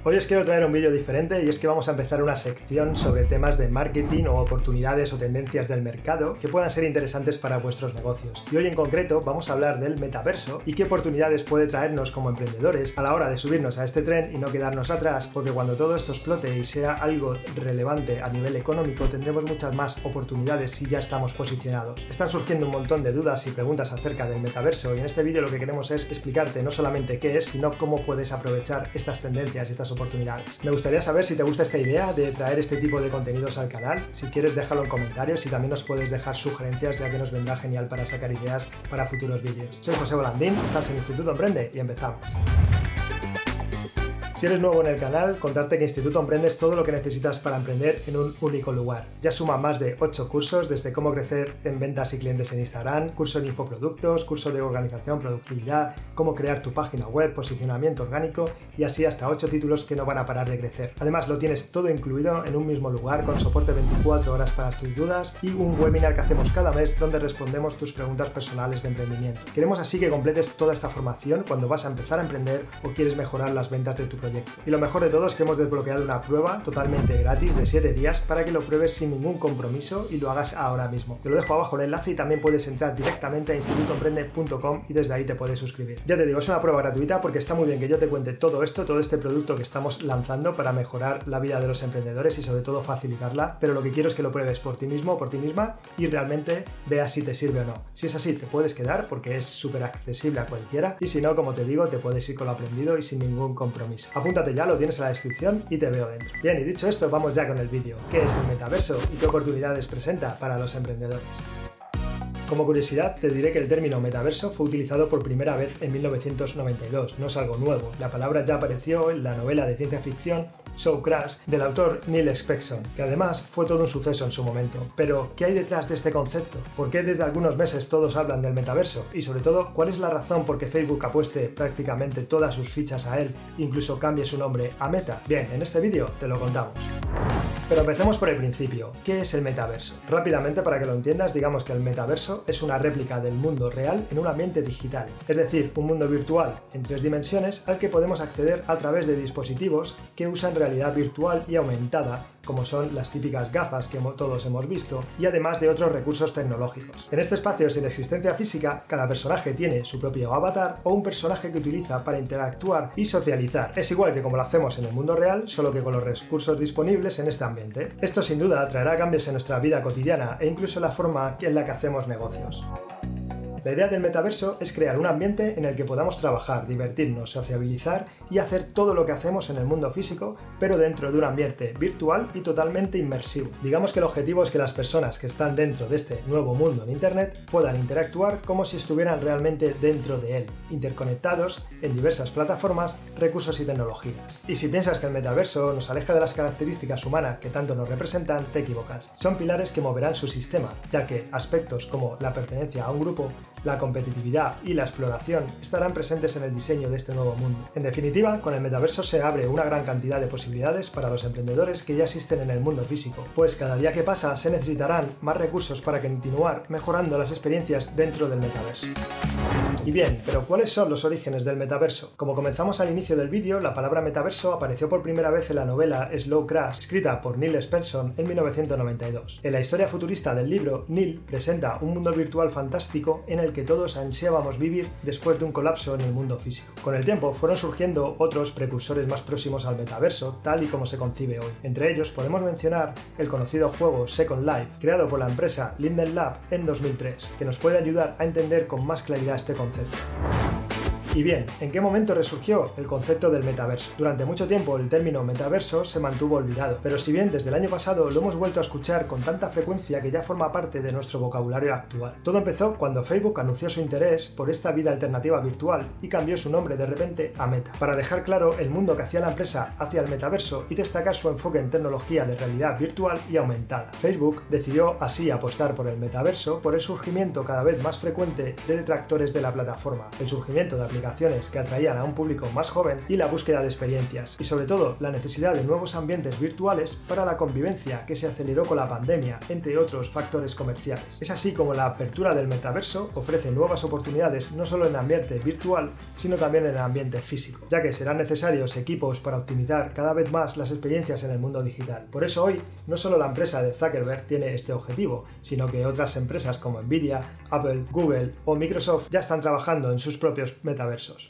Hoy os quiero traer un vídeo diferente y es que vamos a empezar una sección sobre temas de marketing o oportunidades o tendencias del mercado que puedan ser interesantes para vuestros negocios. Y hoy en concreto vamos a hablar del metaverso y qué oportunidades puede traernos como emprendedores a la hora de subirnos a este tren y no quedarnos atrás, porque cuando todo esto explote y sea algo relevante a nivel económico tendremos muchas más oportunidades si ya estamos posicionados. Están surgiendo un montón de dudas y preguntas acerca del metaverso y en este vídeo lo que queremos es explicarte no solamente qué es, sino cómo puedes aprovechar estas tendencias y estas oportunidades. Me gustaría saber si te gusta esta idea de traer este tipo de contenidos al canal. Si quieres, déjalo en comentarios y también nos puedes dejar sugerencias, ya que nos vendrá genial para sacar ideas para futuros vídeos. Soy José Bolandín, estás en Instituto Emprende y empezamos. Si eres nuevo en el canal, contarte que Instituto Emprende es todo lo que necesitas para emprender en un único lugar. Ya suma más de 8 cursos, desde cómo crecer en ventas y clientes en Instagram, curso de infoproductos, curso de organización, productividad, cómo crear tu página web, posicionamiento orgánico y así hasta 8 títulos que no van a parar de crecer. Además, lo tienes todo incluido en un mismo lugar con soporte 24 horas para tus dudas y un webinar que hacemos cada mes donde respondemos tus preguntas personales de emprendimiento. Queremos así que completes toda esta formación cuando vas a empezar a emprender o quieres mejorar las ventas de tu proyecto. Y lo mejor de todo es que hemos desbloqueado una prueba totalmente gratis de 7 días para que lo pruebes sin ningún compromiso y lo hagas ahora mismo. Te lo dejo abajo el enlace y también puedes entrar directamente a institutoemprende.com y desde ahí te puedes suscribir. Ya te digo, es una prueba gratuita porque está muy bien que yo te cuente todo esto, todo este producto que estamos lanzando para mejorar la vida de los emprendedores y sobre todo facilitarla, pero lo que quiero es que lo pruebes por ti mismo, por ti misma y realmente veas si te sirve o no. Si es así, te puedes quedar porque es súper accesible a cualquiera y si no, como te digo, te puedes ir con lo aprendido y sin ningún compromiso. Apúntate ya, lo tienes en la descripción y te veo dentro. Bien, y dicho esto, vamos ya con el vídeo. ¿Qué es el metaverso y qué oportunidades presenta para los emprendedores? Como curiosidad, te diré que el término metaverso fue utilizado por primera vez en 1992, no es algo nuevo. La palabra ya apareció en la novela de ciencia ficción So Crash del autor Neil Stephenson, que además fue todo un suceso en su momento. Pero, ¿qué hay detrás de este concepto? ¿Por qué desde algunos meses todos hablan del metaverso? Y sobre todo, ¿cuál es la razón por qué Facebook apueste prácticamente todas sus fichas a él, incluso cambie su nombre a Meta? Bien, en este vídeo te lo contamos. Pero empecemos por el principio. ¿Qué es el metaverso? Rápidamente, para que lo entiendas, digamos que el metaverso es una réplica del mundo real en un ambiente digital, es decir, un mundo virtual en 3 dimensiones al que podemos acceder a través de dispositivos que usan realidad virtual y aumentada, como son las típicas gafas que todos hemos visto, y además de otros recursos tecnológicos. En este espacio sin existencia física, cada personaje tiene su propio avatar o un personaje que utiliza para interactuar y socializar. Es igual que como lo hacemos en el mundo real, solo que con los recursos disponibles en este ambiente. Esto sin duda traerá cambios en nuestra vida cotidiana e incluso en la forma en la que hacemos negocios. La idea del metaverso es crear un ambiente en el que podamos trabajar, divertirnos, sociabilizar y hacer todo lo que hacemos en el mundo físico, pero dentro de un ambiente virtual y totalmente inmersivo. Digamos que el objetivo es que las personas que están dentro de este nuevo mundo en Internet puedan interactuar como si estuvieran realmente dentro de él, interconectados en diversas plataformas, recursos y tecnologías. Y si piensas que el metaverso nos aleja de las características humanas que tanto nos representan, te equivocas. Son pilares que moverán su sistema, ya que aspectos como la pertenencia a un grupo, la competitividad y la exploración estarán presentes en el diseño de este nuevo mundo. En definitiva, con el metaverso se abre una gran cantidad de posibilidades para los emprendedores que ya existen en el mundo físico, pues cada día que pasa se necesitarán más recursos para continuar mejorando las experiencias dentro del metaverso. Y bien, pero ¿cuáles son los orígenes del metaverso? Como comenzamos al inicio del vídeo, la palabra metaverso apareció por primera vez en la novela Slow Crash, escrita por Neil Stephenson en 1992. En la historia futurista del libro, Neil presenta un mundo virtual fantástico en el que todos ansiábamos vivir después de un colapso en el mundo físico. Con el tiempo fueron surgiendo otros precursores más próximos al metaverso, tal y como se concibe hoy. Entre ellos podemos mencionar el conocido juego Second Life, creado por la empresa Linden Lab en 2003, que nos puede ayudar a entender con más claridad este concepto. Y bien, ¿en qué momento resurgió el concepto del metaverso? Durante mucho tiempo el término metaverso se mantuvo olvidado, pero si bien desde el año pasado lo hemos vuelto a escuchar con tanta frecuencia que ya forma parte de nuestro vocabulario actual. Todo empezó cuando Facebook anunció su interés por esta vida alternativa virtual y cambió su nombre de repente a Meta, para dejar claro el mundo que hacía la empresa hacia el metaverso y destacar su enfoque en tecnología de realidad virtual y aumentada. Facebook decidió así apostar por el metaverso por el surgimiento cada vez más frecuente de detractores de la plataforma, el surgimiento de aplicaciones aplicaciones que atraían a un público más joven y la búsqueda de experiencias, y sobre todo la necesidad de nuevos ambientes virtuales para la convivencia que se aceleró con la pandemia, entre otros factores comerciales. Es así como la apertura del metaverso ofrece nuevas oportunidades no solo en el ambiente virtual, sino también en el ambiente físico, ya que serán necesarios equipos para optimizar cada vez más las experiencias en el mundo digital. Por eso hoy, no solo la empresa de Zuckerberg tiene este objetivo, sino que otras empresas como Nvidia, Apple, Google o Microsoft ya están trabajando en sus propios metaversos.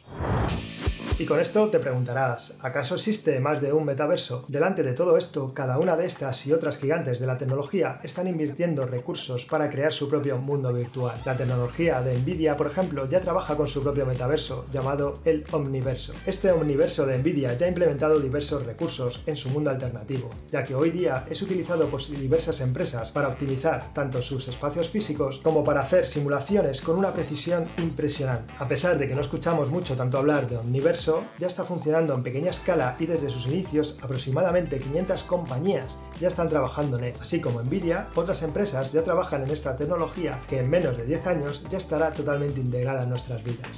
Y con esto te preguntarás, ¿acaso existe más de un metaverso? Delante de todo esto, cada una de estas y otras gigantes de la tecnología están invirtiendo recursos para crear su propio mundo virtual. La tecnología de Nvidia, por ejemplo, ya trabaja con su propio metaverso, llamado el Omniverso. Este Omniverso de Nvidia ya ha implementado diversos recursos en su mundo alternativo, ya que hoy día es utilizado por diversas empresas para optimizar tanto sus espacios físicos como para hacer simulaciones con una precisión impresionante. A pesar de que no escuchamos mucho tanto hablar de Omniverso, ya está funcionando en pequeña escala y desde sus inicios aproximadamente 500 compañías ya están trabajando en él. Así como Nvidia, otras empresas ya trabajan en esta tecnología que en menos de 10 años ya estará totalmente integrada en nuestras vidas.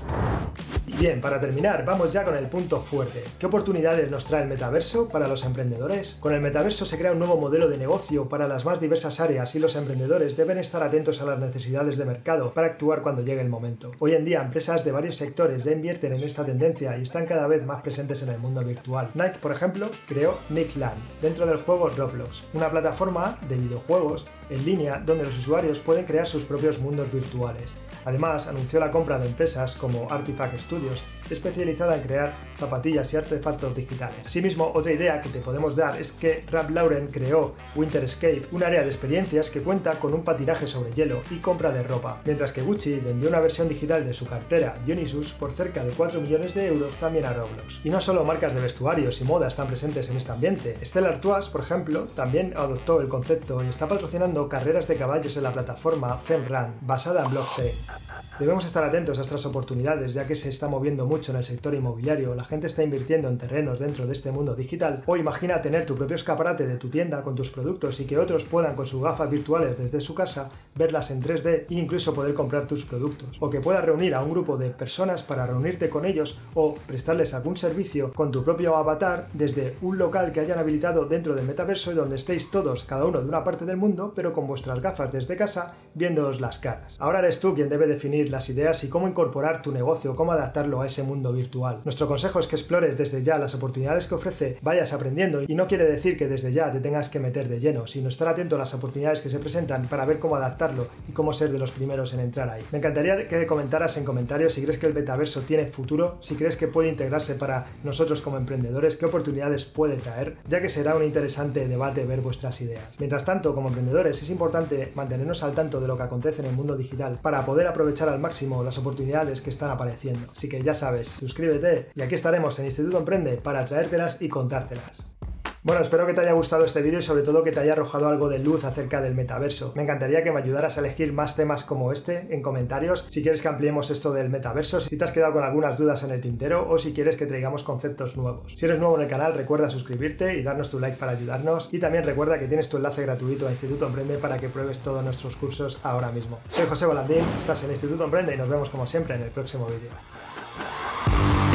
Bien, para terminar, vamos ya con el punto fuerte. ¿Qué oportunidades nos trae el metaverso para los emprendedores? Con el metaverso se crea un nuevo modelo de negocio para las más diversas áreas y los emprendedores deben estar atentos a las necesidades de mercado para actuar cuando llegue el momento. Hoy en día, empresas de varios sectores ya invierten en esta tendencia y están cada vez más presentes en el mundo virtual. Nike, por ejemplo, creó Nickland dentro del juego Roblox, una plataforma de videojuegos en línea donde los usuarios pueden crear sus propios mundos virtuales. Además, anunció la compra de empresas como Artifact Studios, especializada en crear zapatillas y artefactos digitales. Asimismo, otra idea que te podemos dar es que Ralph Lauren creó Winter Escape, un área de experiencias que cuenta con un patinaje sobre hielo y compra de ropa, mientras que Gucci vendió una versión digital de su cartera Dionysus por cerca de 4 millones de euros también a Roblox. Y no solo marcas de vestuarios y moda están presentes en este ambiente. Stella Artois, por ejemplo, también adoptó el concepto y está patrocinando carreras de caballos en la plataforma Zenrun, basada en blockchain. Debemos estar atentos a estas oportunidades, ya que se está moviendo mucho en el sector inmobiliario, la gente está invirtiendo en terrenos dentro de este mundo digital, o imagina tener tu propio escaparate de tu tienda con tus productos y que otros puedan con sus gafas virtuales desde su casa verlas en 3D e incluso poder comprar tus productos, o que puedas reunir a un grupo de personas para reunirte con ellos o prestarles algún servicio con tu propio avatar desde un local que hayan habilitado dentro del metaverso y donde estéis todos, cada uno de una parte del mundo, pero con vuestras gafas desde casa viéndoos las caras. Ahora eres tú quien debe definir las ideas y cómo incorporar tu negocio, cómo adaptarlo a ese mundo virtual. Nuestro consejo es que explores desde ya las oportunidades que ofrece, vayas aprendiendo, y no quiere decir que desde ya te tengas que meter de lleno, sino estar atento a las oportunidades que se presentan para ver cómo adaptarlo y cómo ser de los primeros en entrar ahí. Me encantaría que comentaras en comentarios si crees que el metaverso tiene futuro, si crees que puede integrarse para nosotros como emprendedores, qué oportunidades puede traer, ya que será un interesante debate ver vuestras ideas. Mientras tanto, como emprendedores es importante mantenernos al tanto de lo que acontece en el mundo digital para poder aprovechar al máximo las oportunidades que están apareciendo. Así que ya sabes, suscríbete y aquí estaremos en Instituto Emprende para traértelas y contártelas. Bueno, espero que te haya gustado este vídeo y sobre todo que te haya arrojado algo de luz acerca del metaverso. Me encantaría que me ayudaras a elegir más temas como este en comentarios, si quieres que ampliemos esto del metaverso, si te has quedado con algunas dudas en el tintero o si quieres que traigamos conceptos nuevos. Si eres nuevo en el canal, recuerda suscribirte y darnos tu like para ayudarnos, y también recuerda que tienes tu enlace gratuito a Instituto Emprende para que pruebes todos nuestros cursos ahora mismo. Soy José Volandín, estás en Instituto Emprende y nos vemos como siempre en el próximo vídeo.